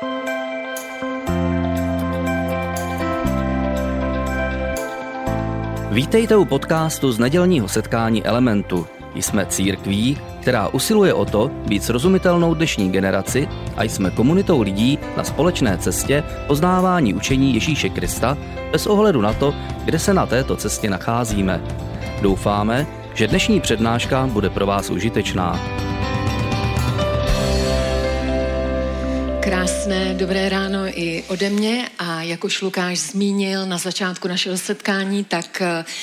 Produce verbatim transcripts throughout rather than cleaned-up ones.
Vítejte u podcastu z nedělního setkání Elementu. Jsme církví, která usiluje o to být srozumitelnou dnešní generaci a jsme komunitou lidí na společné cestě poznávání učení Ježíše Krista bez ohledu na to, kde se na této cestě nacházíme. Doufáme, že dnešní přednáška bude pro vás užitečná. Krásné dobré ráno i ode mě a jak už Lukáš zmínil na začátku našeho setkání, tak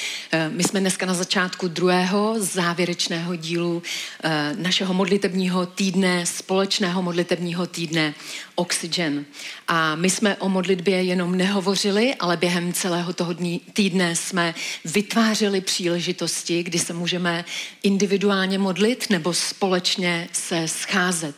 my jsme dneska na začátku druhého závěrečného dílu našeho modlitebního týdne, společného modlitebního týdne Oxygen. A my jsme o modlitbě jenom nehovořili, ale během celého toho dní, týdne jsme vytvářeli příležitosti, kdy se můžeme individuálně modlit nebo společně se scházet.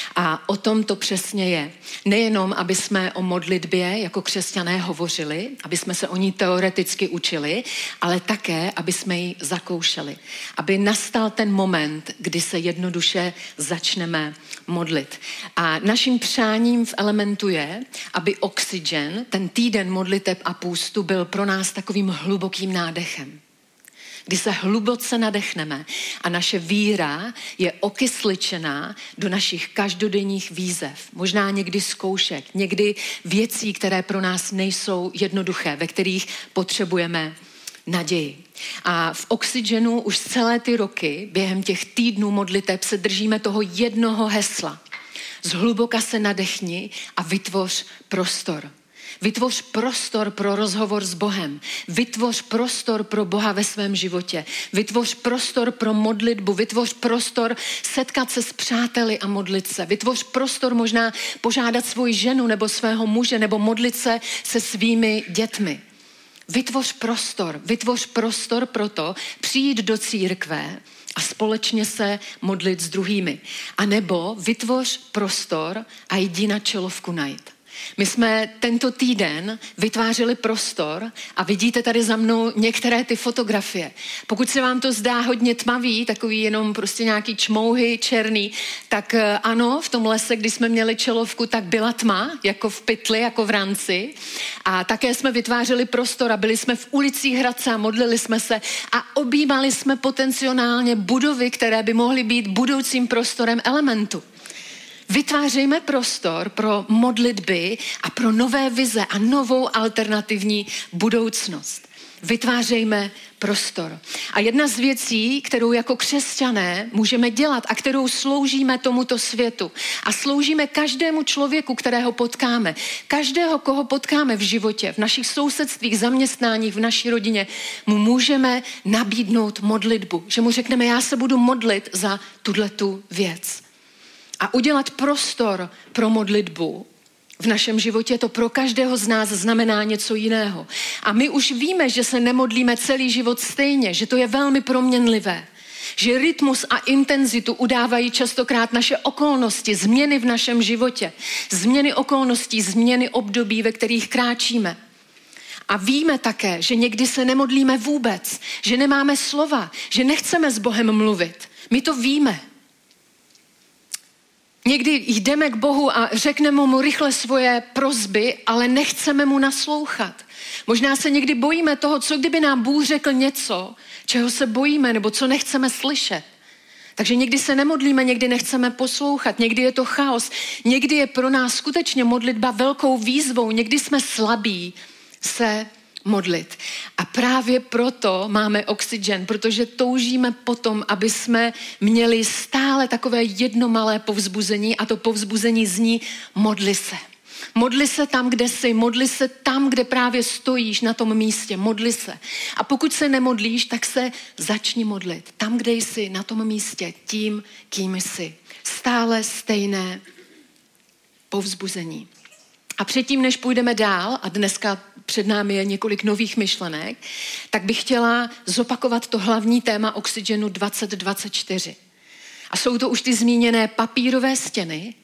A o tom to přesně je. Nejenom, aby jsme o modlitbě jako křesťané hovořili, aby jsme se o ní teoreticky učili, ale také, aby jsme ji zakoušeli. Aby nastal ten moment, kdy se jednoduše začneme modlit. A naším přáním v Elementu je, aby Oxygen, ten týden modliteb a půstu, byl pro nás takovým hlubokým nádechem. Kdy se hluboce nadechneme a naše víra je okysličená do našich každodenních výzev, možná někdy zkoušek, někdy věcí, které pro nás nejsou jednoduché, ve kterých potřebujeme naději. A v Oxygenu už celé ty roky, během těch týdnů modliteb, se držíme toho jednoho hesla. Zhluboka se nadechni a vytvoř prostor. Vytvoř prostor pro rozhovor s Bohem. Vytvoř prostor pro Boha ve svém životě. Vytvoř prostor pro modlitbu. Vytvoř prostor setkat se s přáteli a modlit se. Vytvoř prostor možná požádat svoji ženu nebo svého muže nebo modlit se se svými dětmi. Vytvoř prostor. Vytvoř prostor pro to přijít do církve a společně se modlit s druhými. A nebo vytvoř prostor a jdi na čelovku najít. My jsme tento týden vytvářeli prostor a vidíte tady za mnou některé ty fotografie. Pokud se vám to zdá hodně tmavý, takový jenom prostě nějaký čmouhy černý, tak ano, v tom lese, když jsme měli čelovku, tak byla tma, jako v pytli, jako v ranci. A také jsme vytvářeli prostor a byli jsme v ulicích Hradce a modlili jsme se a objímali jsme potenciálně budovy, které by mohly být budoucím prostorem Elementu. Vytvářejme prostor pro modlitby a pro nové vize a novou alternativní budoucnost. Vytvářejme prostor. A jedna z věcí, kterou jako křesťané můžeme dělat a kterou sloužíme tomuto světu a sloužíme každému člověku, kterého potkáme, každého, koho potkáme v životě, v našich sousedstvích, zaměstnáních, v naší rodině, mu můžeme nabídnout modlitbu. Že mu řekneme, já se budu modlit za tuhletu věc. A udělat prostor pro modlitbu v našem životě, to pro každého z nás znamená něco jiného. A my už víme, že se nemodlíme celý život stejně, že to je velmi proměnlivé. Že rytmus a intenzitu udávají častokrát naše okolnosti, změny v našem životě. Změny okolností, změny období, ve kterých kráčíme. A víme také, že někdy se nemodlíme vůbec, že nemáme slova, že nechceme s Bohem mluvit. My to víme. Někdy jdeme k Bohu a řekneme mu rychle svoje prosby, ale nechceme mu naslouchat. Možná se někdy bojíme toho, co kdyby nám Bůh řekl něco, čeho se bojíme nebo co nechceme slyšet. Takže někdy se nemodlíme, někdy nechceme poslouchat, někdy je to chaos, někdy je pro nás skutečně modlitba velkou výzvou, někdy jsme slabí se modlit. A právě proto máme Oxygen, protože toužíme potom, aby jsme měli stále takové jedno malé povzbuzení a to povzbuzení zní modli se. Modli se tam, kde jsi, modli se tam, kde právě stojíš na tom místě, modli se. A pokud se nemodlíš, tak se začni modlit. Tam, kde jsi, na tom místě, tím, kým jsi. Stále stejné povzbuzení. A předtím, než půjdeme dál, a dneska před námi je několik nových myšlenek, tak bych chtěla zopakovat to hlavní téma Oxygenu dvacet dvacet čtyři. A jsou to už ty zmíněné papírové stěny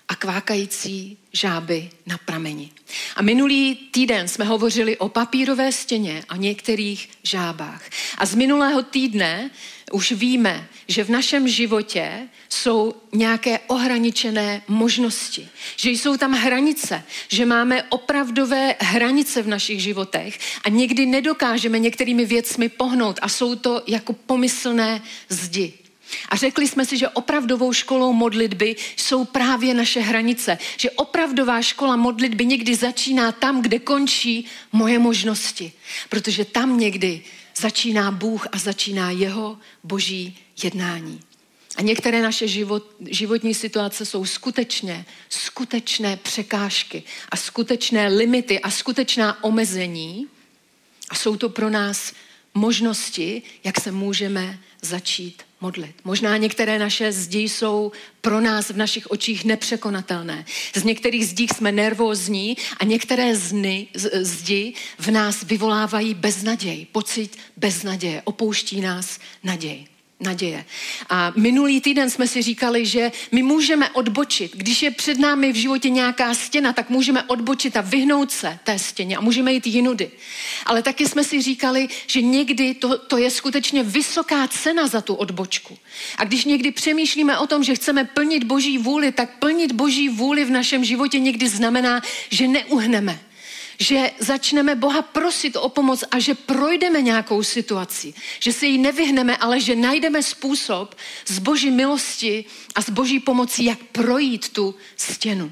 a kvákající žáby na prameni. A minulý týden jsme hovořili o papírové stěně a některých žábách. A z minulého týdne už víme, že v našem životě jsou nějaké ohraničené možnosti. Že jsou tam hranice, že máme opravdové hranice v našich životech a někdy nedokážeme některými věcmi pohnout a jsou to jako pomyslné zdi. A řekli jsme si, že opravdovou školou modlitby jsou právě naše hranice. Že opravdová škola modlitby někdy začíná tam, kde končí moje možnosti. Protože tam někdy začíná Bůh a začíná jeho boží jednání. A některé naše život, životní situace jsou skutečně, skutečné překážky a skutečné limity a skutečná omezení. A jsou to pro nás možnosti, jak se můžeme začít modlit. Možná některé naše zdi jsou pro nás v našich očích nepřekonatelné. Z některých zdí jsme nervózní a některé zny, zdi v nás vyvolávají beznaděj, pocit beznaděje, opouští nás naděj. naděje. A minulý týden jsme si říkali, že my můžeme odbočit. Když je před námi v životě nějaká stěna, tak můžeme odbočit a vyhnout se té stěně a můžeme jít jinudy. Ale taky jsme si říkali, že někdy to, to je skutečně vysoká cena za tu odbočku. A když někdy přemýšlíme o tom, že chceme plnit Boží vůli, tak plnit Boží vůli v našem životě někdy znamená, že neuhneme. Že začneme Boha prosit o pomoc a že projdeme nějakou situaci. Že se jí nevyhneme, ale že najdeme způsob z Boží milosti a z Boží pomoci, jak projít tu stěnu.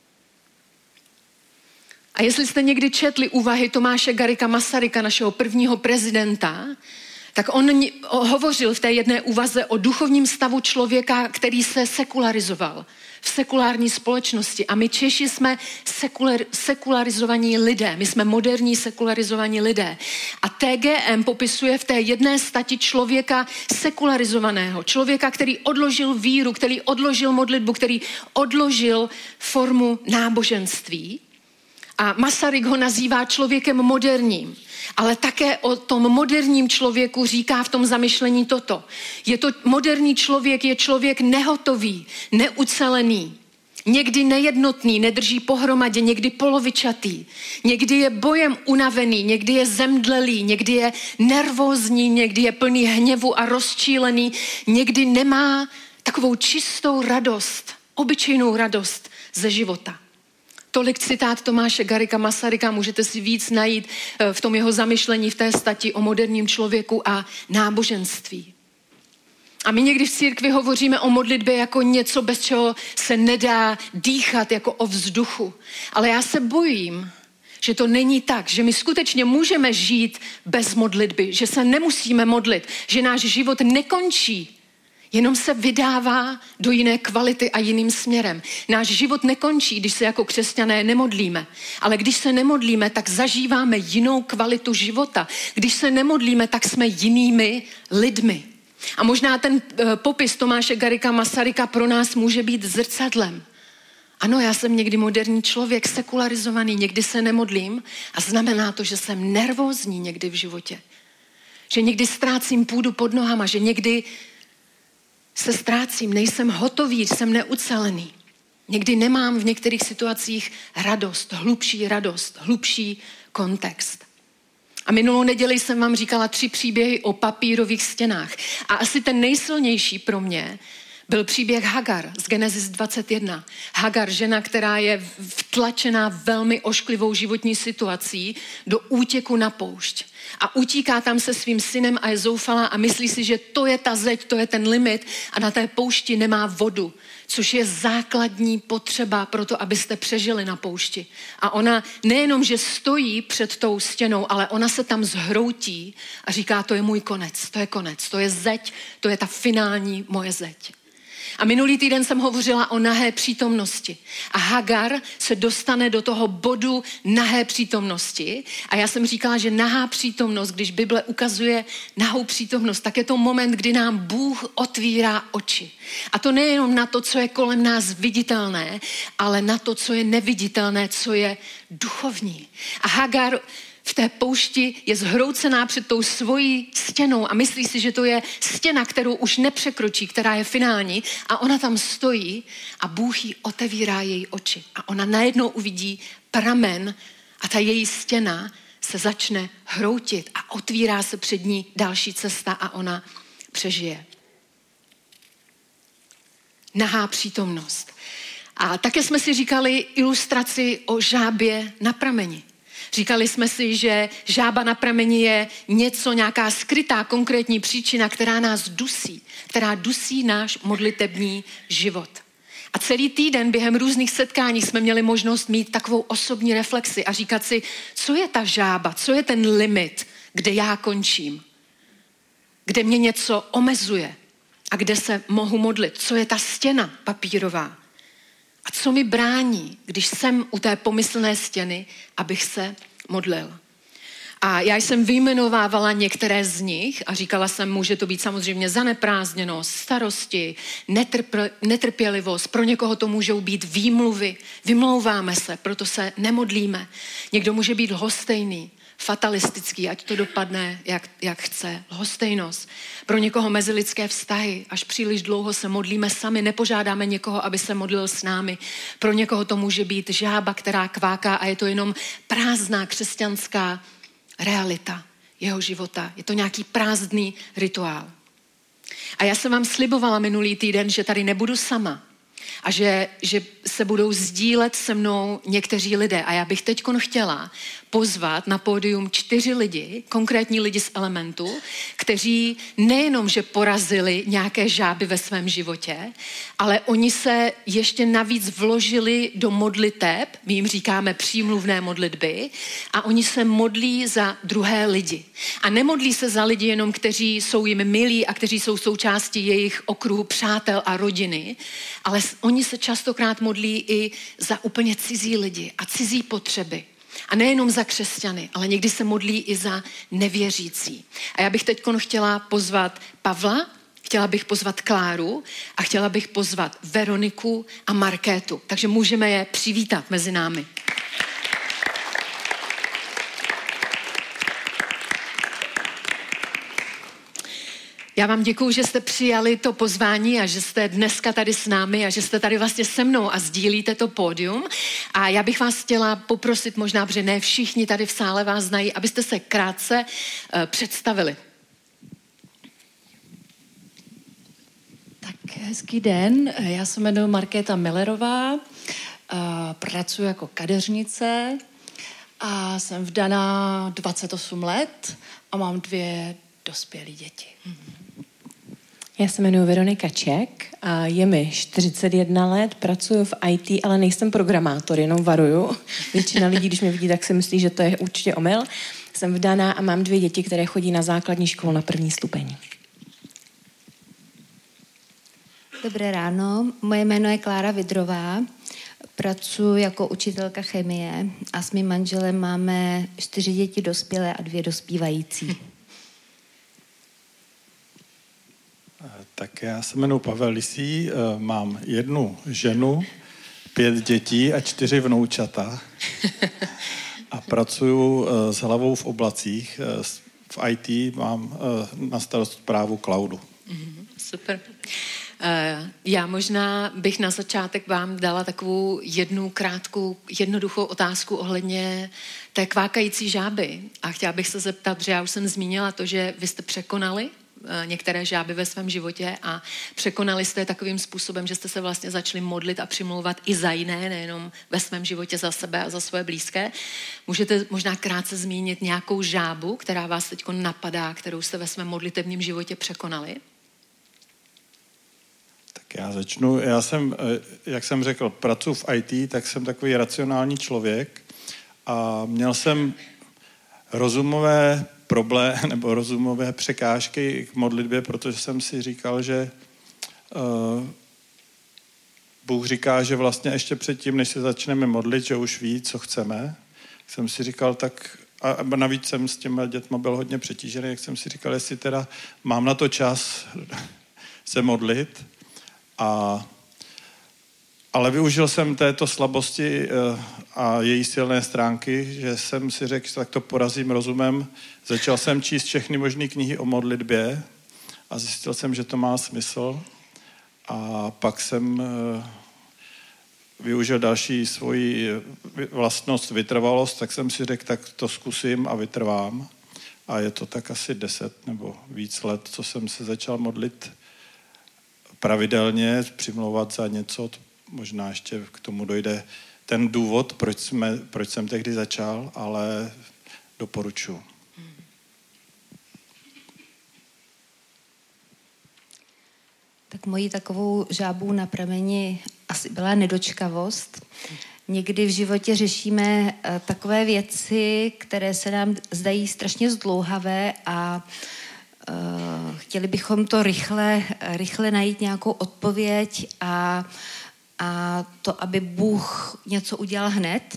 A jestli jste někdy četli úvahy Tomáše Garrigua Masaryka, našeho prvního prezidenta, tak on hovořil v té jedné úvaze o duchovním stavu člověka, který se sekularizoval v sekulární společnosti. A my Češi jsme sekular, sekularizovaní lidé. My jsme moderní sekularizovaní lidé. A T G M popisuje v té jedné stati člověka sekularizovaného. Člověka, který odložil víru, který odložil modlitbu, který odložil formu náboženství. A Masaryk ho nazývá člověkem moderním. Ale také o tom moderním člověku říká v tom zamyšlení toto. Je to moderní člověk, je člověk nehotový, neucelený, někdy nejednotný, nedrží pohromadě, někdy polovičatý, někdy je bojem unavený, někdy je zemdlelý, někdy je nervózní, někdy je plný hněvu a rozčílený, někdy nemá takovou čistou radost, obyčejnou radost ze života. Tolik citát Tomáše Garrigua Masaryka, můžete si víc najít v tom jeho zamyšlení v té stati o moderním člověku a náboženství. A my někdy v církvi hovoříme o modlitbě jako něco, bez čeho se nedá dýchat, jako o vzduchu. Ale já se bojím, že to není tak, že my skutečně můžeme žít bez modlitby, že se nemusíme modlit, že náš život nekončí, jenom se vydává do jiné kvality a jiným směrem. Náš život nekončí, když se jako křesťané nemodlíme. Ale když se nemodlíme, tak zažíváme jinou kvalitu života. Když se nemodlíme, tak jsme jinými lidmi. A možná ten popis Tomáše Garrigua Masaryka pro nás může být zrcadlem. Ano, já jsem někdy moderní člověk, sekularizovaný, někdy se nemodlím a znamená to, že jsem nervózní někdy v životě. Že někdy ztrácím půdu pod nohama, že někdy se ztrácím, nejsem hotový, jsem neucelený. Někdy nemám v některých situacích radost, hlubší radost, hlubší kontext. A minulou neděli jsem vám říkala tři příběhy o papírových stěnách. A asi ten nejsilnější pro mě byl příběh Hagar z Genesis dvacet jedna. Hagar, žena, která je vtlačená velmi ošklivou životní situací do útěku na poušť. A utíká tam se svým synem a je zoufalá a myslí si, že to je ta zeď, to je ten limit a na té poušti nemá vodu, což je základní potřeba pro to, abyste přežili na poušti. A ona nejenom, že stojí před tou stěnou, ale ona se tam zhroutí a říká, to je můj konec, to je konec, to je zeď, to je ta finální moje zeď. A minulý týden jsem hovořila o nahé přítomnosti. A Hagar se dostane do toho bodu nahé přítomnosti. A já jsem říkala, že nahá přítomnost, když Bible ukazuje nahou přítomnost, tak je to moment, kdy nám Bůh otvírá oči. A to nejenom na to, co je kolem nás viditelné, ale na to, co je neviditelné, co je duchovní. A Hagar v té poušti je zhroucená před tou svojí stěnou a myslí si, že to je stěna, kterou už nepřekročí, která je finální a ona tam stojí a Bůh jí otevírá její oči a ona najednou uvidí pramen a ta její stěna se začne hroutit a otvírá se před ní další cesta a ona přežije. Nahá přítomnost. A také jsme si říkali ilustraci o žábě na prameni. Říkali jsme si, že žába na prameni je něco, nějaká skrytá konkrétní příčina, která nás dusí, která dusí náš modlitební život. A celý týden během různých setkání jsme měli možnost mít takovou osobní reflexi a říkat si, co je ta žába, co je ten limit, kde já končím, kde mě něco omezuje a kde se mohu modlit, co je ta stěna papírová. A co mi brání, když jsem u té pomyslné stěny, abych se modlil. A já jsem vyjmenovávala některé z nich a říkala jsem, může to být samozřejmě zaneprázdněnost, starosti, netrp- netrpělivost. Pro někoho to můžou být výmluvy. Vymlouváme se, proto se nemodlíme. Někdo může být lhostejný, fatalistický, ať to dopadne, jak, jak chce. Lhostejnost. Pro někoho mezilidské vztahy. Až příliš dlouho se modlíme sami, nepožádáme někoho, aby se modlil s námi. Pro někoho to může být žába, která kváká a je to jenom prázdná křesťanská realita jeho života. Je to nějaký prázdný rituál. A já jsem vám slibovala minulý týden, že tady nebudu sama a že, že se budou sdílet se mnou někteří lidé. A já bych teďkon chtěla pozvat na pódium čtyři lidi, konkrétní lidi z Elementu, kteří nejenom, že porazili nějaké žáby ve svém životě, ale oni se ještě navíc vložili do modliteb, my jim říkáme přímluvné modlitby, a oni se modlí za druhé lidi. A nemodlí se za lidi jenom, kteří jsou jim milí a kteří jsou součástí jejich okruhu přátel a rodiny, ale oni se častokrát modlí i za úplně cizí lidi a cizí potřeby. A nejenom za křesťany, ale někdy se modlí i za nevěřící. A já bych teď chtěla pozvat Pavla, chtěla bych pozvat Kláru a chtěla bych pozvat Veroniku a Markétu. Takže můžeme je přivítat mezi námi. Já vám děkuju, že jste přijali to pozvání a že jste dneska tady s námi a že jste tady vlastně se mnou a sdílíte to pódium. A já bych vás chtěla poprosit, možná, protože ne všichni tady v sále vás znají, abyste se krátce uh, představili. Tak hezký den, já se jmenuji Markéta Millerová, uh, pracuji jako kadeřnice a jsem vdaná dvacet osm let a mám dvě dospělé děti. Já se jmenuji Veronika Ček a je mi čtyřicet jedna let, pracuji v í té, ale nejsem programátor, jenom varuju. Většina lidí, když mě vidí, tak si myslí, že to je určitě omyl. Jsem vdaná a mám dvě děti, které chodí na základní školu na první stupeň. Dobré ráno, moje jméno je Klára Vidrová, pracuji jako učitelka chemie a s mým manželem máme čtyři děti dospělé a dvě dospívající. Tak já se jmenuji Pavel Lisý, mám jednu ženu, pět dětí a čtyři vnoučata a pracuji s hlavou v oblacích. V í té mám na starost správu cloudu. Super. Já možná bych na začátek vám dala takovou jednu krátkou, jednoduchou otázku ohledně té kvákající žáby. A chtěla bych se zeptat, že já už jsem zmínila to, že vy jste překonali některé žáby ve svém životě a překonali jste takovým způsobem, že jste se vlastně začali modlit a přimlouvat i za jiné, nejenom ve svém životě za sebe a za svoje blízké. Můžete možná krátce zmínit nějakou žábu, která vás teď napadá, kterou jste ve svém modlitevním životě překonali? Tak já začnu. Já jsem, jak jsem řekl, pracuji v í té, tak jsem takový racionální člověk a měl jsem rozumové problém nebo rozumové překážky k modlitbě, protože jsem si říkal, že uh, Bůh říká, že vlastně ještě předtím, než se začneme modlit, že už ví, co chceme. Jsem si říkal, tak a navíc jsem s těmi dětmi byl hodně přetížený, jak jsem si říkal, jestli teda mám na to čas se modlit. A, ale využil jsem této slabosti uh, a její silné stránky, že jsem si řekl, že tak to porazím rozumem. Začal jsem číst všechny možné knihy o modlitbě a zjistil jsem, že to má smysl. A pak jsem využil další svoji vlastnost vytrvalost, tak jsem si řekl, tak to zkusím a vytrvám. A je to tak asi deset nebo víc let, co jsem se začal modlit pravidelně, přimlouvat za něco. Možná ještě k tomu dojde ten důvod, proč, jsme, proč jsem tehdy začal, ale doporučuji. Tak mojí takovou žábou na prameni asi byla nedočkavost. Někdy v životě řešíme uh, takové věci, které se nám zdají strašně zdlouhavé a uh, chtěli bychom to rychle, rychle najít nějakou odpověď a, a to, aby Bůh něco udělal hned.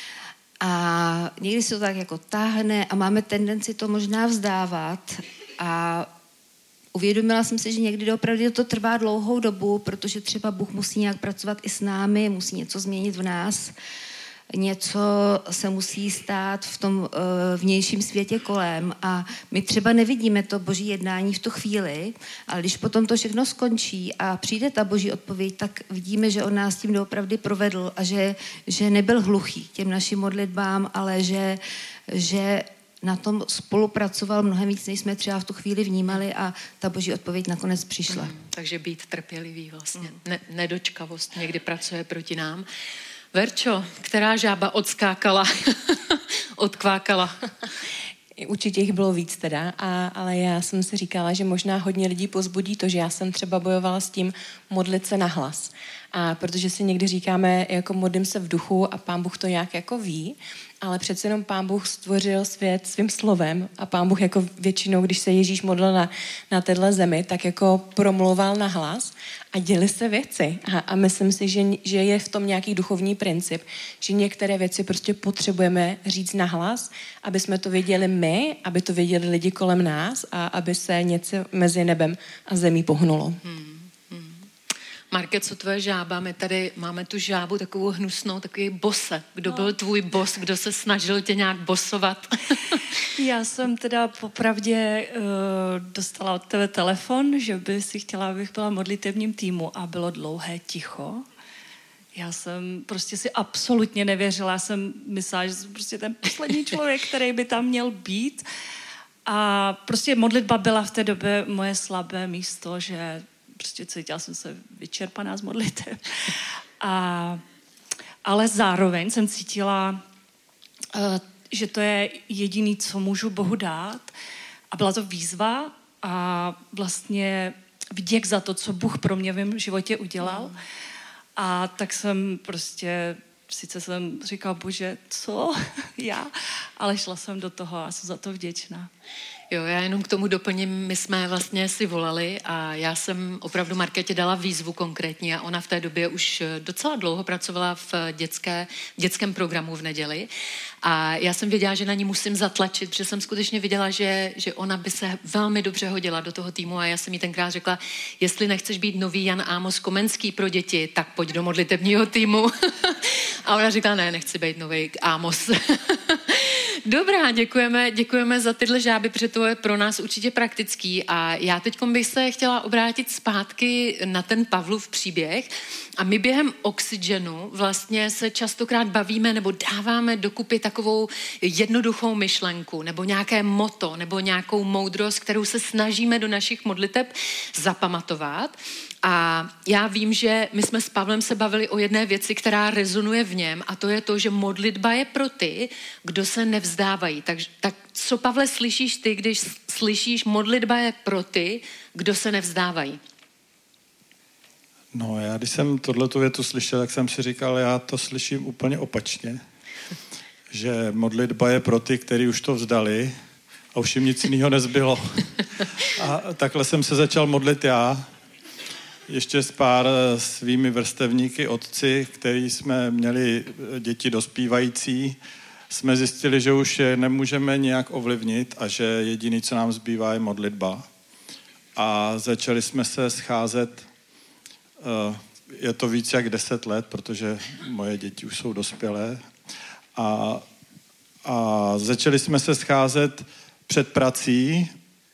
A někdy se to tak jako táhne a máme tendenci to možná vzdávat a uvědomila jsem si, že někdy opravdu to trvá dlouhou dobu, protože třeba Bůh musí nějak pracovat i s námi, musí něco změnit v nás, něco se musí stát v tom uh, vnějším světě kolem a my třeba nevidíme to boží jednání v tu chvíli, ale když potom to všechno skončí a přijde ta boží odpověď, tak vidíme, že on nás tím doopravdy provedl a že, že nebyl hluchý těm našim modlitbám, ale že, že na tom spolupracoval mnohem víc, než jsme třeba v tu chvíli vnímali a ta boží odpověď nakonec přišla. Mm, takže být trpělivý vlastně. Mm. Ne, nedočkavost někdy pracuje proti nám. Verčo, která žába odskákala, odkvákala? Určitě jich bylo víc teda, a, ale já jsem si říkala, že možná hodně lidí pozbudí to, že já jsem třeba bojovala s tím modlit se nahlas. A protože si někdy říkáme, jako modlím se v duchu a Pán Bůh to nějak jako ví, ale přece jenom Pán Bůh stvořil svět svým slovem a Pán Bůh jako většinou, když se Ježíš modlil na, na téhle zemi, tak jako promlouval na hlas a děly se věci. A, a myslím si, že, že je v tom nějaký duchovní princip, že některé věci prostě potřebujeme říct na hlas, aby jsme to věděli my, aby to věděli lidi kolem nás a aby se něco mezi nebem a zemí pohnulo. Hmm. Marke, co tvoje žába? My tady máme tu žábu takovou hnusnou, takový bose. Kdo no. byl tvůj bos? Kdo se snažil tě nějak bosovat? Já jsem teda popravdě uh, dostala od tebe telefon, že by si chtěla, abych byla v modlitevním týmu a bylo dlouhé ticho. Já jsem prostě si absolutně nevěřila. Já jsem myslela, že jsem prostě ten poslední člověk, který by tam měl být. A prostě modlitba byla v té době moje slabé místo, že prostě cítila jsem se vyčerpaná z modlitev. A, ale zároveň jsem cítila, uh, že to je jediný, co můžu Bohu dát. A byla to výzva a vlastně vděk za to, co Bůh pro mě v mém životě udělal. Mm. A tak jsem prostě, sice jsem říkala, Bože, co? Já? Ale šla jsem do toho a jsem za to vděčná. Jo, já jenom k tomu doplním, my jsme vlastně si volali a já jsem opravdu Markétě dala výzvu konkrétní a ona v té době už docela dlouho pracovala v dětské, v dětském programu v neděli a já jsem věděla, že na ní musím zatlačit, protože jsem skutečně viděla, že, že ona by se velmi dobře hodila do toho týmu a já jsem jí tenkrát řekla, jestli nechceš být nový Jan Amos Komenský pro děti, tak pojď do modlitebního týmu. A ona říkala, ne, nechci být nový Amos. Dobrá, děkujeme, děkujeme za tyhle žáby, protože to je pro nás určitě praktický a já teď bych se chtěla obrátit zpátky na ten Pavlův příběh a my během Oxygenu vlastně se častokrát bavíme nebo dáváme dokupy takovou jednoduchou myšlenku nebo nějaké motto nebo nějakou moudrost, kterou se snažíme do našich modliteb zapamatovat. A já vím, že my jsme s Pavlem se bavili o jedné věci, která rezonuje v něm a to je to, že modlitba je pro ty, kdo se nevzdávají. Tak, tak co, Pavle, slyšíš ty, když slyšíš modlitba je pro ty, kdo se nevzdávají? No já, když jsem tohletu větu slyšel, tak jsem si říkal, já to slyším úplně opačně. Že modlitba je pro ty, kteří už to vzdali a už jim nic jiného nezbylo. A takhle jsem se začal modlit já. Ještě s pár svými vrstevníky, otci, který jsme měli děti dospívající, jsme zjistili, že už je nemůžeme nějak ovlivnit a že jediný, co nám zbývá, je modlitba. A začali jsme se scházet, je to víc jak deset let, protože moje děti už jsou dospělé A, a začali jsme se scházet před prací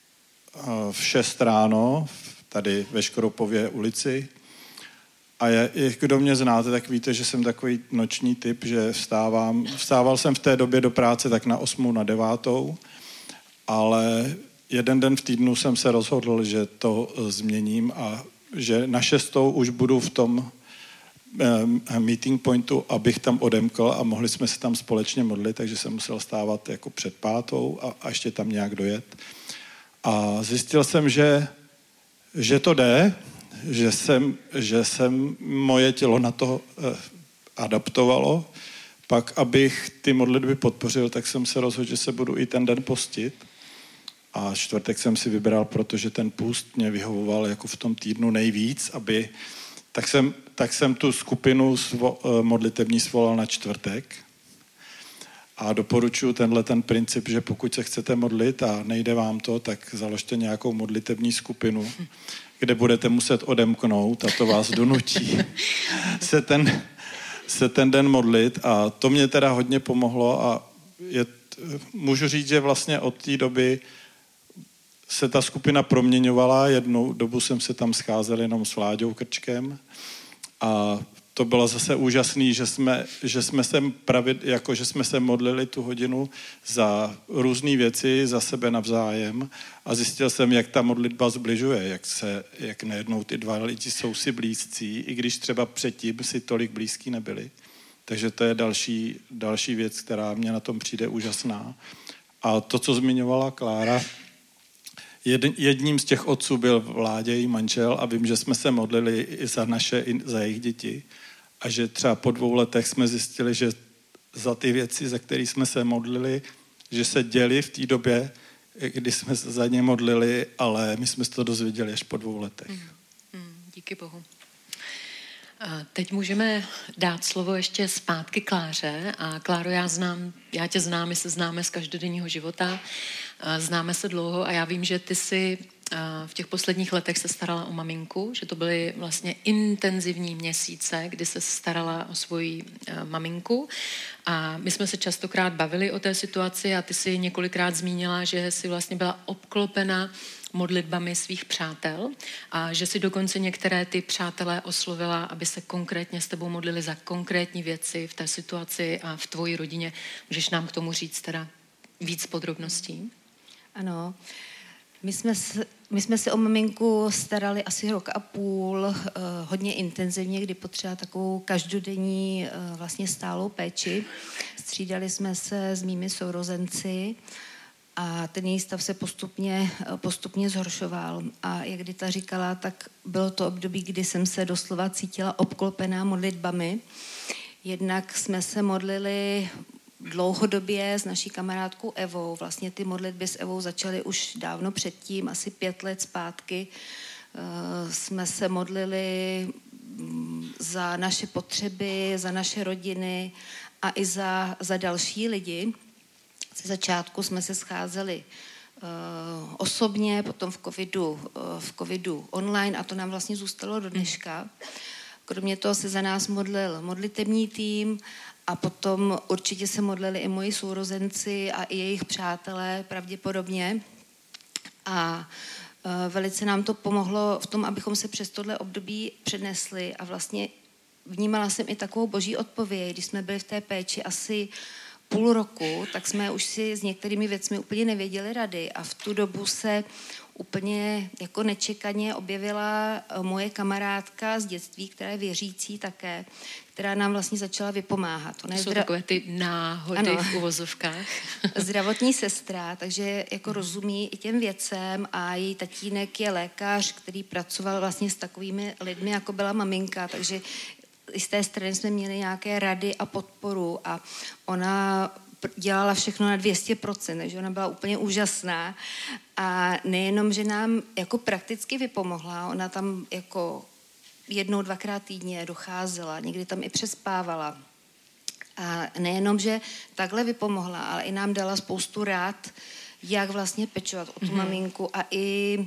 v šest ráno, tady ve Škropově ulici. A jak kdo mě znáte, tak víte, že jsem takový noční typ, že vstávám. Vstával jsem v té době do práce tak na osmou, na devátou, ale jeden den v týdnu jsem se rozhodl, že to změním a že na šestou už budu v tom eh, meeting pointu, abych tam odemkl a mohli jsme se tam společně modlit, takže jsem musel stávat jako před pátou a, a ještě tam nějak dojet. A zjistil jsem, že, že to jde, že jsem, že jsem moje tělo na to eh, adaptovalo. Pak, abych ty modlitby podpořil, tak jsem se rozhodl, že se budu i ten den postit. A čtvrtek jsem si vybral, protože ten půst mě vyhovoval jako v tom týdnu nejvíc, aby, tak jsem, tak jsem tu skupinu svo, modlitební svolal na čtvrtek. A doporučuji tenhle ten princip, že pokud se chcete modlit a nejde vám to, tak založte nějakou modlitební skupinu, kde budete muset odemknout a to vás donutí se ten, se ten den modlit. A to mě teda hodně pomohlo a je, můžu říct, že vlastně od té doby se ta skupina proměňovala. Jednou dobu jsem se tam scházel jenom s Vláďou Krčkem a to bylo zase úžasný, že jsme, že jsme se pravid, jako že jsme se modlili tu hodinu za různé věci, za sebe navzájem a zjistil jsem, jak ta modlitba zbližuje, jak se, jak najednou ty dva lidi jsou si blízcí, i když třeba předtím si tolik blízký nebyli. Takže to je další, další věc, která mě na tom přijde úžasná. A to, co zmiňovala Klára, jedním z těch otců byl Vládě, její manžel, a vím, že jsme se modlili i za naše, i za jejich děti. A že třeba po dvou letech jsme zjistili, že za ty věci, za které jsme se modlili, že se děli v té době, kdy jsme se za ně modlili, ale my jsme se to dozvěděli až po dvou letech. Mm, mm, díky Bohu. A teď můžeme dát slovo ještě zpátky Kláře. A Kláro, já znám, já tě znám, my se známe z každodenního života, známe se dlouho a já vím, že ty jsi v těch posledních letech se starala o maminku, že to byly vlastně intenzivní měsíce, kdy se starala o svoji maminku a my jsme se častokrát bavili o té situaci a ty si několikrát zmínila, že jsi vlastně byla obklopena modlitbami svých přátel a že si dokonce některé ty přátelé oslovila, aby se konkrétně s tebou modlili za konkrétní věci v té situaci a v tvojí rodině. Můžeš nám k tomu říct teda víc podrobností? Ano. My jsme, se, my jsme se o maminku starali asi rok a půl, eh, hodně intenzivně, kdy potřeba takovou každodenní eh, vlastně stálou péči. Střídali jsme se s mými sourozenci a ten její stav se postupně, postupně zhoršoval. A jak Dita říkala, tak bylo to období, kdy jsem se doslova cítila obklopená modlitbami. Jednak jsme se modlili dlouhodobě s naší kamarádkou Evou. Vlastně ty modlitby s Evou začaly už dávno předtím, asi pět let zpátky. E, jsme se modlili za naše potřeby, za naše rodiny a i za, za další lidi. Ze začátku jsme se scházeli uh, osobně, potom v covidu, uh, v covidu online a to nám vlastně zůstalo do dneška. Kromě toho se za nás modlil modlitební tým a potom určitě se modlili i moji sourozenci a i jejich přátelé pravděpodobně. A uh, velice nám to pomohlo v tom, abychom se přes tohle období přenesli a vlastně vnímala jsem i takovou boží odpověď, když jsme byli v té péči asi půl roku, tak jsme už si s některými věcmi úplně nevěděli rady a v tu dobu se úplně jako nečekaně objevila moje kamarádka z dětství, která je věřící také, která nám vlastně začala vypomáhat. Ona to jsou zdra... takové ty náhody ano. v uvozovkách. Zdravotní sestra, takže jako hmm. rozumí i těm věcem a její tatínek je lékař, který pracoval vlastně s takovými lidmi, jako byla maminka, takže i z té strany jsme měli nějaké rady a podporu a ona dělala všechno na dvě stě procent, takže ona byla úplně úžasná a nejenom, že nám jako prakticky vypomohla, ona tam jako jednou, dvakrát týdně docházela, někdy tam i přespávala a nejenom, že takhle vypomohla, ale i nám dala spoustu rád, jak vlastně pečovat o tu mm-hmm. maminku a i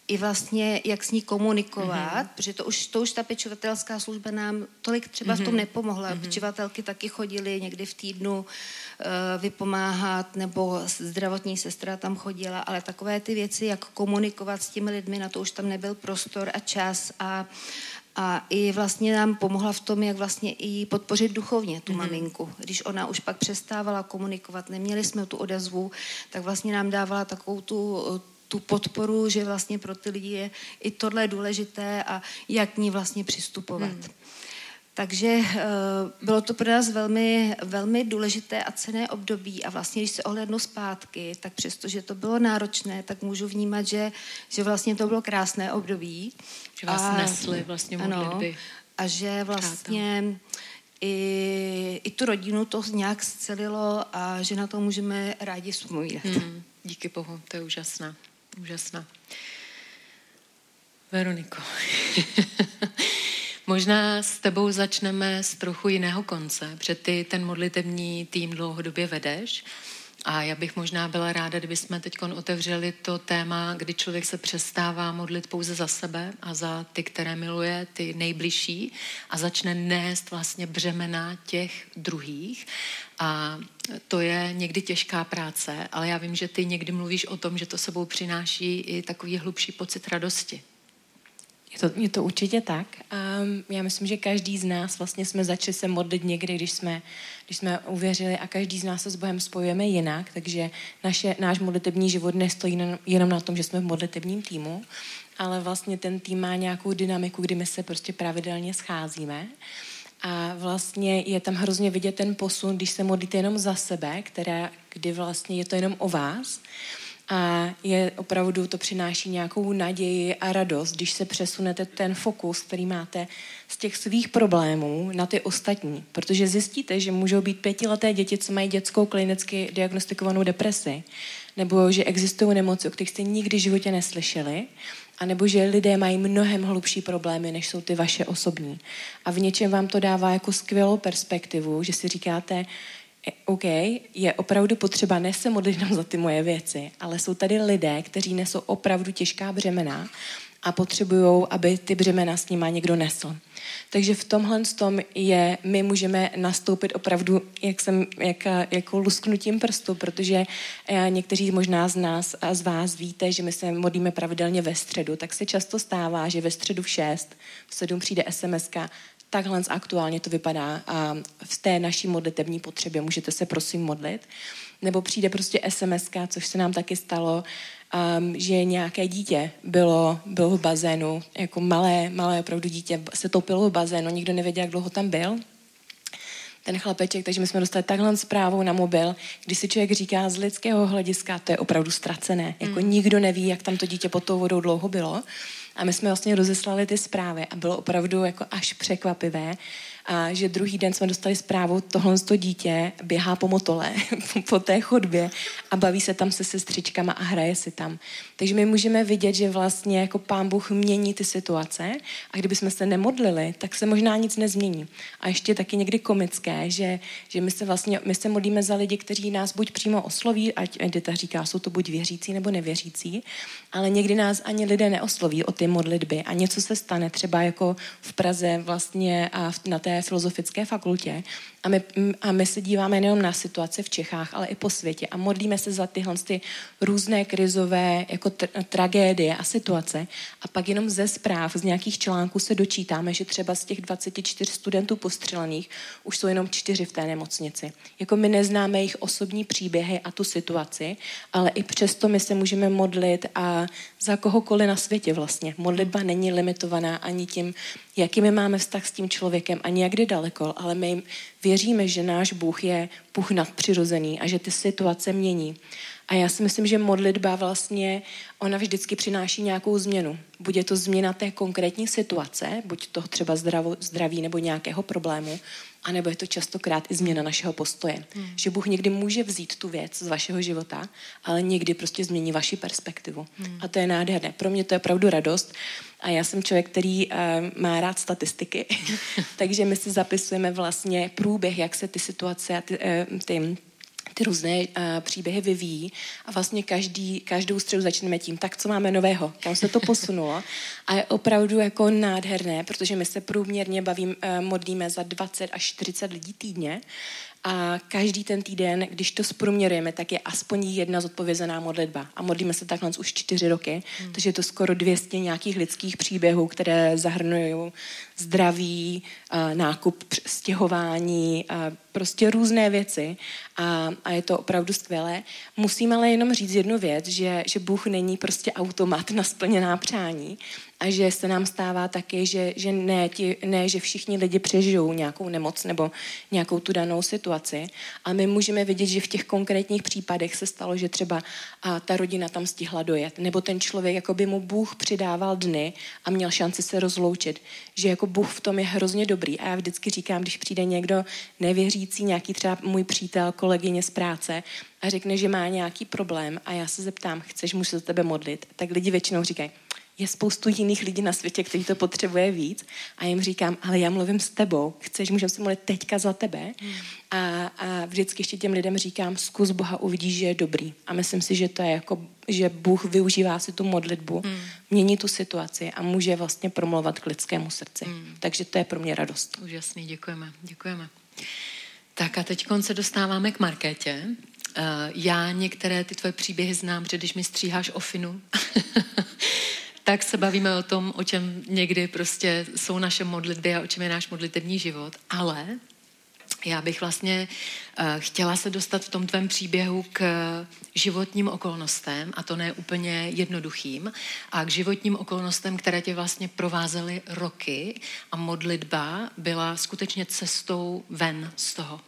i vlastně, jak s ní komunikovat, mm-hmm. protože to už, to už ta pečovatelská služba nám tolik třeba mm-hmm. v tom nepomohla. Mm-hmm. Pečovatelky taky chodily někdy v týdnu uh, vypomáhat, nebo zdravotní sestra tam chodila, ale takové ty věci, jak komunikovat s těmi lidmi, na to už tam nebyl prostor a čas a A i vlastně nám pomohla v tom, jak vlastně i podpořit duchovně tu mm-hmm. maminku. Když ona už pak přestávala komunikovat, neměli jsme tu odezvu, tak vlastně nám dávala takovou tu, tu podporu, že vlastně pro ty lidi je i tohle důležité a jak k ní vlastně přistupovat. Mm. Takže uh, bylo to pro nás velmi, velmi důležité a cenné období a vlastně, když se ohlédnu zpátky, tak přestože to bylo náročné, tak můžu vnímat, že, že vlastně to bylo krásné období. Že vás a, nesli vlastně modlitby. Ano, a že vlastně i, i tu rodinu to nějak scelilo a že na to můžeme rádi vzpomínat. Hmm, díky Bohu, to je úžasná. Úžasná. Veroniko, možná s tebou začneme z trochu jiného konce, protože ty ten modlitební tým dlouhodobě vedeš a já bych možná byla ráda, kdyby jsme teď otevřeli to téma, kdy člověk se přestává modlit pouze za sebe a za ty, které miluje, ty nejbližší a začne nést vlastně břemena těch druhých. A to je někdy těžká práce, ale já vím, že ty někdy mluvíš o tom, že to sebou přináší i takový hlubší pocit radosti. Je to, je to určitě tak. Um, já myslím, že každý z nás vlastně jsme začali se modlit někdy, když jsme, když jsme uvěřili a každý z nás se s Bohem spojujeme jinak, takže naše, náš modlitební život nestojí jenom na tom, že jsme v modlitebním týmu, ale vlastně ten tým má nějakou dynamiku, kdy my se prostě pravidelně scházíme. A vlastně je tam hrozně vidět ten posun, když se modlíte jenom za sebe, které, kdy vlastně je to jenom o vás. A je opravdu, to přináší nějakou naději a radost, když se přesunete ten fokus, který máte z těch svých problémů na ty ostatní. Protože zjistíte, že můžou být pětileté děti, co mají dětskou klinicky diagnostikovanou depresi, nebo že existují nemoci, o kterých jste nikdy v životě neslyšeli, anebo že lidé mají mnohem hlubší problémy, než jsou ty vaše osobní. A v něčem vám to dává jako skvělou perspektivu, že si říkáte, OK, je opravdu potřeba ne se modlit jenom za ty moje věci, ale jsou tady lidé, kteří nesou opravdu těžká břemena a potřebují, aby ty břemena s nima někdo nesl. Takže v tomhle tom je, my můžeme nastoupit opravdu, jak jsem, jak, jako lusknutím prstu, protože někteří možná z nás a z vás víte, že my se modlíme pravidelně ve středu, tak se často stává, že ve středu v šest, v sedm přijde es em eska, takhle aktuálně to vypadá a v té naší modlitební potřebě můžete se prosím modlit. Nebo přijde prostě es em eska, což se nám taky stalo, um, že nějaké dítě bylo, bylo v bazénu, jako malé, malé opravdu dítě se topilo v bazénu, nikdo nevěděl, jak dlouho tam byl. Ten chlapeček, takže my jsme dostali takhle zprávu na mobil, když si člověk říká z lidského hlediska, to je opravdu ztracené. Jako mm. nikdo neví, jak tam to dítě pod tou vodou dlouho bylo. A my jsme vlastně rozeslali ty zprávy a bylo opravdu jako až překvapivé, a že druhý den jsme dostali zprávu, tohle to dítě běhá po motole, po té chodbě a baví se tam se sestřičkama a hraje si tam. Takže my můžeme vidět, že vlastně jako Pán Bůh mění ty situace a kdybychom se nemodlili, tak se možná nic nezmění. A ještě taky někdy komické, že, že my se vlastně my se modlíme za lidi, kteří nás buď přímo osloví, ať Edita říká, jsou to buď věřící nebo nevěřící, ale někdy nás ani lidé neosloví o ty modlitby a něco se stane, třeba jako v Praze vlastně a na té filozofické fakultě a my, a my se díváme nejen na situace v Čechách, ale i po světě a modlíme se za tyhle ty různé krizové jako tra- tragédie a situace a pak jenom ze zpráv, z nějakých článků se dočítáme, že třeba z těch dvacet čtyři studentů postřelených už jsou jenom čtyři v té nemocnici. Jako my neznáme jejich osobní příběhy a tu situaci, ale i přesto my se můžeme modlit a za kohokoliv na světě vlastně. Modlitba není limitovaná ani tím, jaký my máme vztah s tím člověkem, ani jak jde daleko, ale my věříme, že náš Bůh je Bůh nadpřirozený a že ty situace mění. A já si myslím, že modlitba vlastně, ona vždycky přináší nějakou změnu. Buď je to změna té konkrétní situace, buď toho třeba zdravo, zdraví nebo nějakého problému, anebo je to častokrát i změna našeho postoje. Hmm. Že Bůh někdy může vzít tu věc z vašeho života, ale někdy prostě změní vaši perspektivu. Hmm. A to je nádherné. Pro mě to je opravdu radost. A já jsem člověk, který uh, má rád statistiky. Takže my si zapisujeme vlastně průběh, jak se ty situace a ty, uh, ty ty různé uh, příběhy vyvíjí a vlastně každý, každou středu začneme tím, tak co máme nového, kam se to posunulo a je opravdu jako nádherné, protože my se průměrně bavím, uh, modlíme za dvacet až čtyřicet lidí týdně a každý ten týden, když to zprůměrujeme, tak je aspoň jedna zodpovězená modlitba a modlíme se takhle už čtyři roky, hmm. takže je to skoro dvě stě nějakých lidských příběhů, které zahrnují zdraví, uh, nákup, stěhování, uh, prostě různé věci a, a je to opravdu skvělé. Musím ale jenom říct jednu věc, že, že Bůh není prostě automat na splněná přání a že se nám stává taky, že, že ne, ti, ne, že všichni lidi přežijou nějakou nemoc nebo nějakou tu danou situaci a my můžeme vidět, že v těch konkrétních případech se stalo, že třeba a ta rodina tam stihla dojet, nebo ten člověk, jako by mu Bůh přidával dny a měl šanci se rozloučit, že jako Bůh v tom je hrozně dobrý a já vždycky říkám, když přijde někdo nevěřící, nějaký třeba můj přítel, kolegyně z práce a řekne, že má nějaký problém a já se zeptám, chceš, můžu se za tebe modlit, tak lidi většinou říkají, je spoustu jiných lidí na světě, kteří to potřebuje víc a jim říkám, ale já mluvím s tebou, chceš, můžeme se modlit teďka za tebe hmm. a, a vždycky ještě těm lidem říkám, zkus Boha, uvidíš, že je dobrý a myslím si, že to je jako, že Bůh využívá si tu modlitbu, hmm. mění tu situaci a může vlastně promluvat k lidskému srdci. Hmm. Takže to je pro mě radost. Úžasný, děkujeme, děkujeme. Tak a teď se dostáváme k Markétě. Uh, já některé ty tvoje příběhy znám, že když mi stříháš ofinu, tak se bavíme o tom, o čem někdy prostě jsou naše modlitby a o čem je náš modlitební život. Ale já bych vlastně uh, chtěla se dostat v tom tvém příběhu k životním okolnostem, a to ne úplně jednoduchým, a k životním okolnostem, které tě vlastně provázely roky a modlitba byla skutečně cestou ven z toho.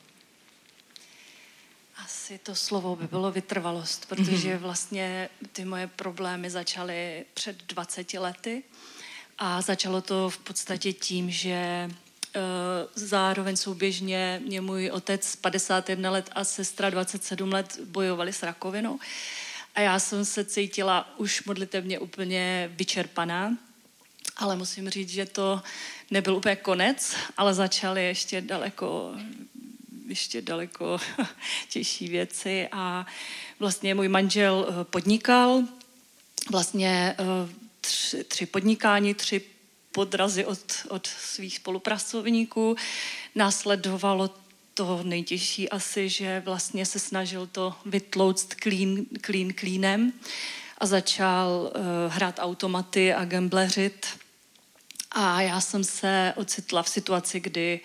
Asi to slovo by bylo vytrvalost, protože vlastně ty moje problémy začaly před dvaceti lety a začalo to v podstatě tím, že uh, zároveň souběžně mě můj otec padesát jedna let a sestra dvacet sedm let bojovali s rakovinou a já jsem se cítila už modlitevně úplně vyčerpaná, ale musím říct, že to nebyl úplně konec, ale začaly ještě daleko ještě daleko těžší věci a vlastně můj manžel podnikal, vlastně tři, tři podnikání, tři podrazy od, od svých spolupracovníků. Následovalo to nejtěžší asi, že vlastně se snažil to vytlouct klín, klín klínem a začal uh, hrát automaty a gambleřit. A já jsem se ocitla v situaci, kdy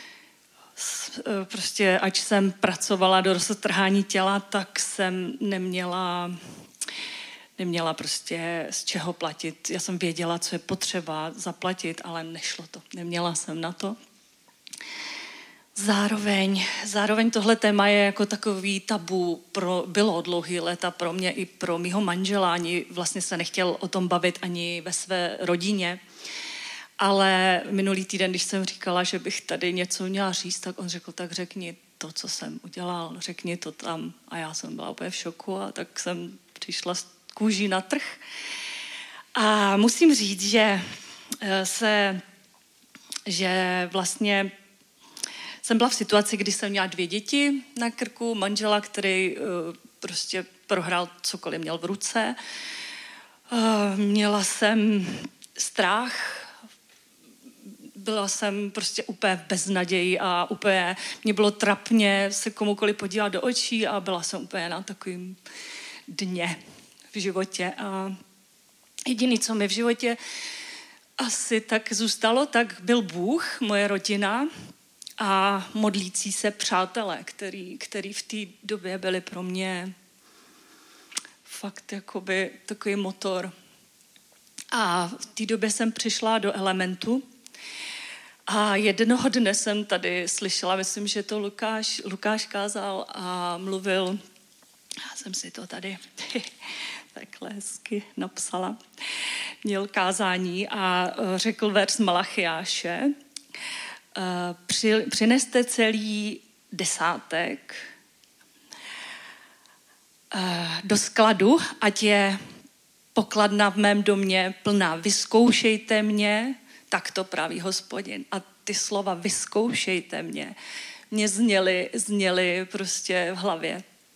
prostě, ať jsem pracovala do roztrhání těla, tak jsem neměla, neměla prostě z čeho platit. Já jsem věděla, co je potřeba zaplatit, ale nešlo to. Neměla jsem na to. Zároveň, zároveň tohle téma je jako takový tabu, pro, bylo dlouhý léta pro mě i pro mýho manžela. Ani vlastně se nechtěl o tom bavit ani ve své rodině. Ale minulý týden, když jsem říkala, že bych tady něco měla říct, tak on řekl, tak řekni to, co jsem udělal, řekni to tam. A já jsem byla úplně v šoku a tak jsem přišla z kůží na trh. A musím říct, že se, že vlastně jsem byla v situaci, kdy jsem měla dvě děti na krku, manžela, který prostě prohrál cokoliv měl v ruce. Měla jsem strach, byla jsem prostě úplně v beznaději a úplně mě bylo trapně se komukoliv podívat do očí a byla jsem úplně na takovým dně v životě. A jediné, co mi v životě asi tak zůstalo, tak byl Bůh, moje rodina a modlící se přátelé, který, který v té době byli pro mě fakt jakoby takový motor. A v té době jsem přišla do Elementu a jednoho dne jsem tady slyšela, myslím, že to Lukáš, Lukáš kázal a mluvil, já jsem si to tady takhle hezky napsala, měl kázání a řekl verš Malachiáše, Při, přineste celý desátek do skladu, ať je pokladna v mém domě plná. Vyzkoušejte mě, tak to praví Hospodin. A ty slova vyzkoušejte mě, mě zněly, zněly prostě v hlavě.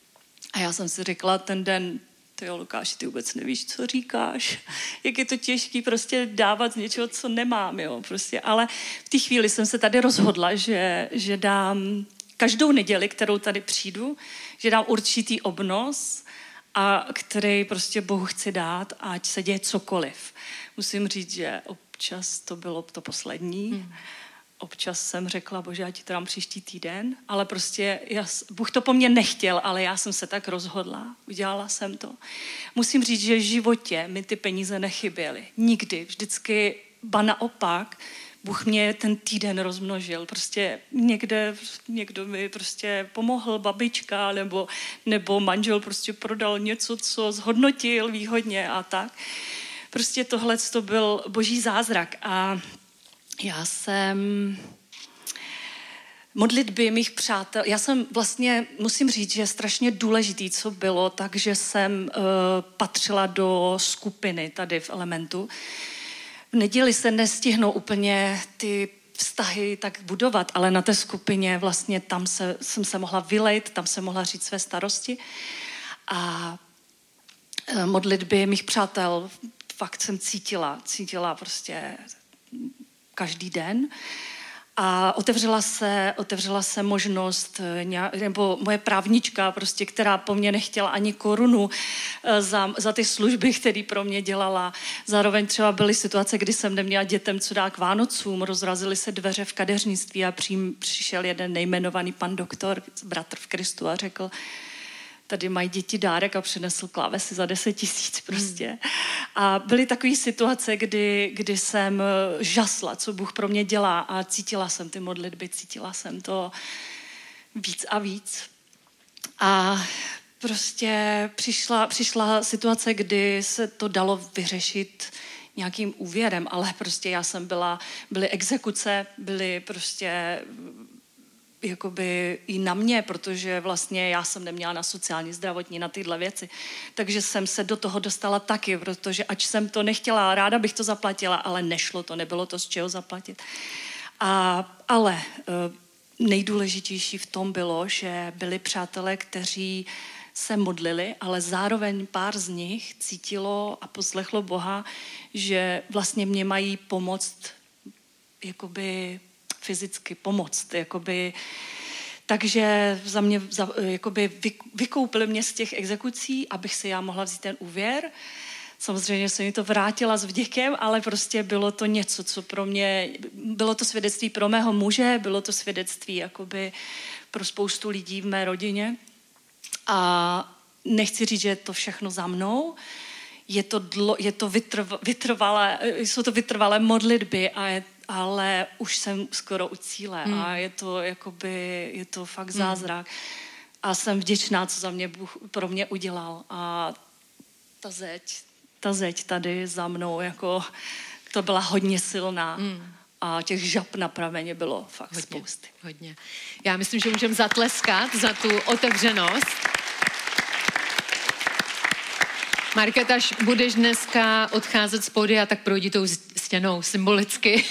A já jsem si řekla ten den, ty jo, Lukáši, ty vůbec nevíš, co říkáš. Jak je to těžký prostě dávat z něčeho, co nemám, jo, prostě. Ale v té chvíli jsem se tady rozhodla, že, že dám každou neděli, kterou tady přijdu, že dám určitý obnos, a který prostě Bohu chci dát, ať se děje cokoliv. Musím říct, že občas to bylo to poslední. Hmm. Občas jsem řekla, bože, já ti to dám příští týden, ale prostě já, Bůh to po mně nechtěl, ale já jsem se tak rozhodla, udělala jsem to. Musím říct, že v životě mi ty peníze nechyběly. Nikdy, vždycky, ba naopak, Bůh mě ten týden rozmnožil. Prostě někde, někdo mi prostě pomohl, babička, nebo, nebo manžel prostě prodal něco, co zhodnotil výhodně a tak. Prostě tohle to byl boží zázrak. A já jsem... Modlitby mých přátel, já jsem vlastně, musím říct, že je strašně důležitý, co bylo, takže jsem uh, patřila do skupiny tady v Elementu. V neděli se nestihnou úplně ty vztahy tak budovat, ale na té skupině vlastně tam se, jsem se mohla vylejt, tam jsem mohla říct své starosti. A modlitby mých přátel fakt jsem cítila, cítila prostě každý den. A otevřela se, otevřela se možnost, nebo moje právnička, prostě, která po mně nechtěla ani korunu za, za ty služby, které pro mě dělala. Zároveň třeba byly situace, kdy jsem neměla dětem co dát k Vánocům, rozrazily se dveře v kadeřnictví a přím, přišel jeden nejmenovaný pan doktor, bratr v Kristu a řekl, tady mají děti dárek a přinesl klávesy za deset tisíc prostě. Hmm. A byly takové situace, kdy, kdy jsem žasla, co Bůh pro mě dělá a cítila jsem ty modlitby, cítila jsem to víc a víc. A prostě přišla, přišla situace, kdy se to dalo vyřešit nějakým úvěrem, ale prostě já jsem byla, byly exekuce, byly prostě... jakoby i na mě, protože vlastně já jsem neměla na sociální, zdravotní, na tyhle věci. Takže jsem se do toho dostala taky, protože ač jsem to nechtěla, ráda bych to zaplatila, ale nešlo to, nebylo to z čeho zaplatit. A, ale nejdůležitější v tom bylo, že byli přátelé, kteří se modlili, ale zároveň pár z nich cítilo a poslechlo Boha, že vlastně mě mají pomoct jakoby fyzicky pomoct, jakoby, takže za mě za, jakoby vykoupili mě z těch exekucí, abych si já mohla vzít ten úvěr. Samozřejmě jsem mi to vrátila s vděkem, ale prostě bylo to něco, co pro mě, bylo to svědectví pro mého muže, bylo to svědectví jakoby pro spoustu lidí v mé rodině. A nechci říct, že je to všechno za mnou, je to, dlo, je to vytrv, vytrvalé, jsou to vytrvalé modlitby a je ale už jsem skoro u cíle hmm. a je to jakoby, je to fakt zázrak. Hmm. A jsem vděčná, co za mě Bůh pro mě udělal. A ta zeď, ta zeď tady za mnou, jako to byla hodně silná. Hmm. A těch žab na prameně bylo fakt hodně, spousty. Hodně. Já myslím, že můžeme zatleskat za tu otevřenost. Markéta, až budeš dneska odcházet z pódia, tak projdi tou stěnou symbolicky.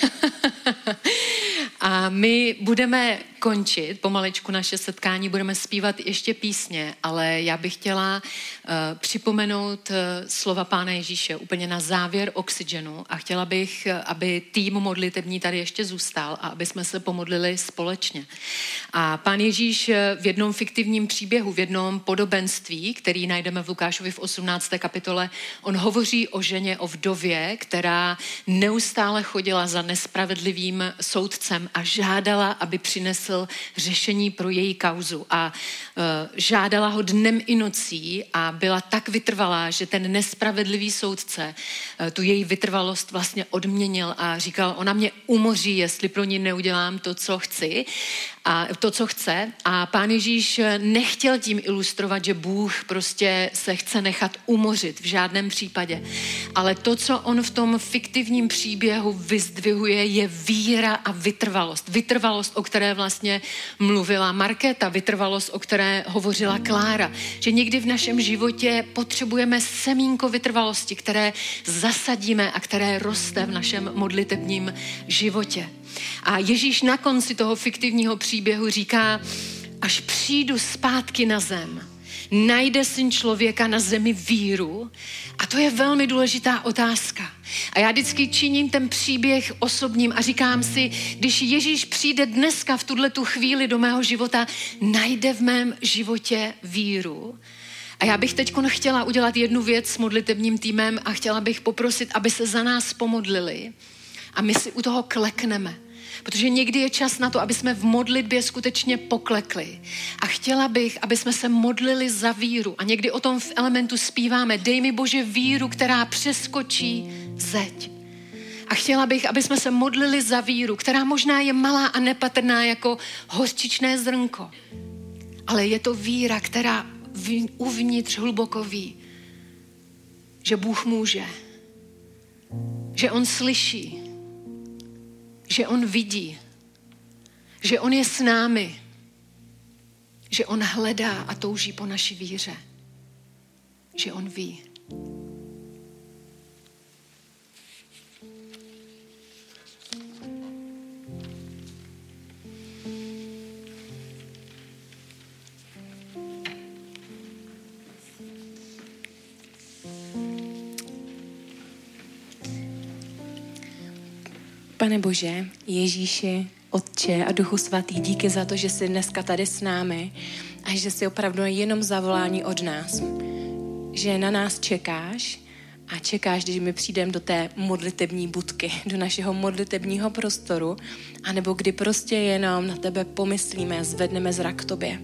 A my budeme končit pomalečku naše setkání, budeme zpívat ještě písně, ale já bych chtěla uh, připomenout uh, slova Pána Ježíše úplně na závěr Oxygenu a chtěla bych, uh, aby tým modlitební tady ještě zůstal a aby jsme se pomodlili společně. A Pán Ježíš v jednom fiktivním příběhu, v jednom podobenství, který najdeme v Lukášovi v osmnácté kapitole, on hovoří o ženě, o vdově, která neustále chodila za nespravedlivým soudcem a žádala, aby přinesl řešení pro její kauzu a uh, žádala ho dnem i nocí a byla tak vytrvalá, že ten nespravedlivý soudce uh, tu její vytrvalost vlastně odměnil a říkal, ona mě umoří, jestli pro ní neudělám to, co chci a to, co chce. A Pán Ježíš nechtěl tím ilustrovat, že Bůh prostě se chce nechat umořit v žádném případě. Ale to, co on v tom fiktivním příběhu vyzdvihuje, je víra a vytrvalost. Vytrvalost, o které vlastně mluvila Markéta, vytrvalost, o které hovořila Klára. Že někdy v našem životě potřebujeme semínko vytrvalosti, které zasadíme a které roste v našem modlitebním životě. A Ježíš na konci toho fiktivního příběhu říká, až přijdu zpátky na zem, Najde Syn člověka na zemi víru? A to je velmi důležitá otázka. A já vždycky činím ten příběh osobním a říkám si, když Ježíš přijde dneska v tuhletu chvíli do mého života, najde v mém životě víru? A já bych teď chtěla udělat jednu věc s modlitebním týmem a chtěla bych poprosit, aby se za nás pomodlili a my si u toho klekneme. Protože někdy je čas na to, aby jsme v modlitbě skutečně poklekli. A chtěla bych, aby jsme se modlili za víru. A někdy o tom v Elementu zpíváme, dej mi Bože víru, která přeskočí zeď. A chtěla bych, aby jsme se modlili za víru, která možná je malá a nepatrná jako hořčičné zrnko. Ale je to víra, která uvnitř hluboko ví, že Bůh může, že on slyší, že on vidí, že on je s námi, že on hledá a touží po naší víře, že on ví. Pane Bože, Ježíši, Otče a Duchu Svatý, díky za to, že jsi dneska tady s námi a že jsi opravdu jenom zavolání od nás. Že na nás čekáš a čekáš, když my přijdeme do té modlitební budky, do našeho modlitebního prostoru, anebo kdy prostě jenom na tebe pomyslíme a zvedneme zrak k tobě.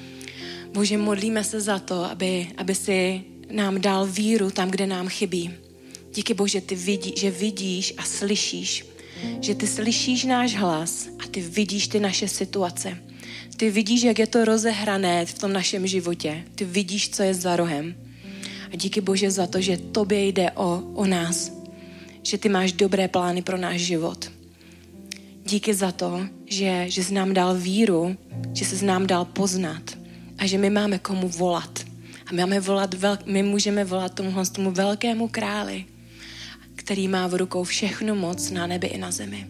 Bože, modlíme se za to, aby, aby si nám dal víru tam, kde nám chybí. Díky Bože, ty vidí, že vidíš a slyšíš, že ty slyšíš náš hlas a ty vidíš ty naše situace. Ty vidíš, jak je to rozehrané v tom našem životě. Ty vidíš, co je za rohem. A díky Bože za to, že tobě jde o, o nás. Že ty máš dobré plány pro náš život. Díky za to, že, že jsi nám dal víru, že jsi nám dal poznat a že my máme komu volat. A my, máme volat vel, my můžeme volat tomu, tomu velkému králi, který má v rukou všechnu moc na nebi i na zemi.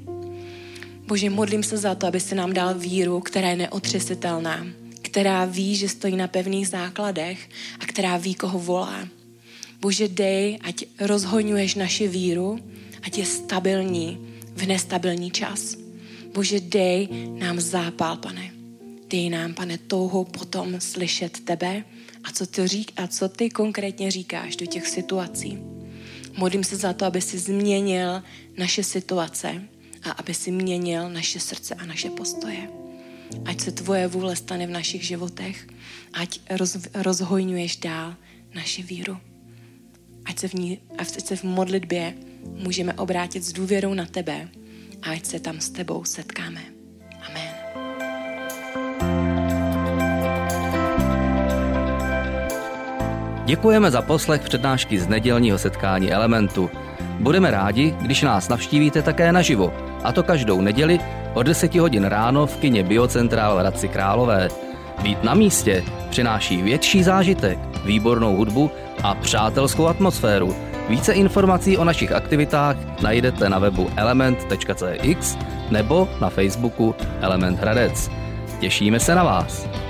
Bože, modlím se za to, aby si nám dal víru, která je neotřesitelná, která ví, že stojí na pevných základech a která ví, koho volá. Bože, dej, ať rozhoňuješ naši víru, ať je stabilní v nestabilní čas. Bože, dej nám zápal, Pane. Dej nám, Pane, touhu potom slyšet tebe a co ty, řík, a co ty konkrétně říkáš do těch situací. Modlím se za to, aby si změnil naše situace a aby si měnil naše srdce a naše postoje. Ať se tvoje vůle stane v našich životech, ať roz, rozhojňuješ dál naši víru. Ať se, v ní, ať se v modlitbě můžeme obrátit s důvěrou na tebe a ať se tam s tebou setkáme. Amen. Děkujeme za poslech přednášky z nedělního setkání Elementu. Budeme rádi, když nás navštívíte také naživo, a to každou neděli od deseti hodin ráno v kině Biocentrál v Hradci Králové. Být na místě přináší větší zážitek, výbornou hudbu a přátelskou atmosféru. Více informací o našich aktivitách najdete na webu element tečka cé x nebo na Facebooku Element Hradec. Těšíme se na vás.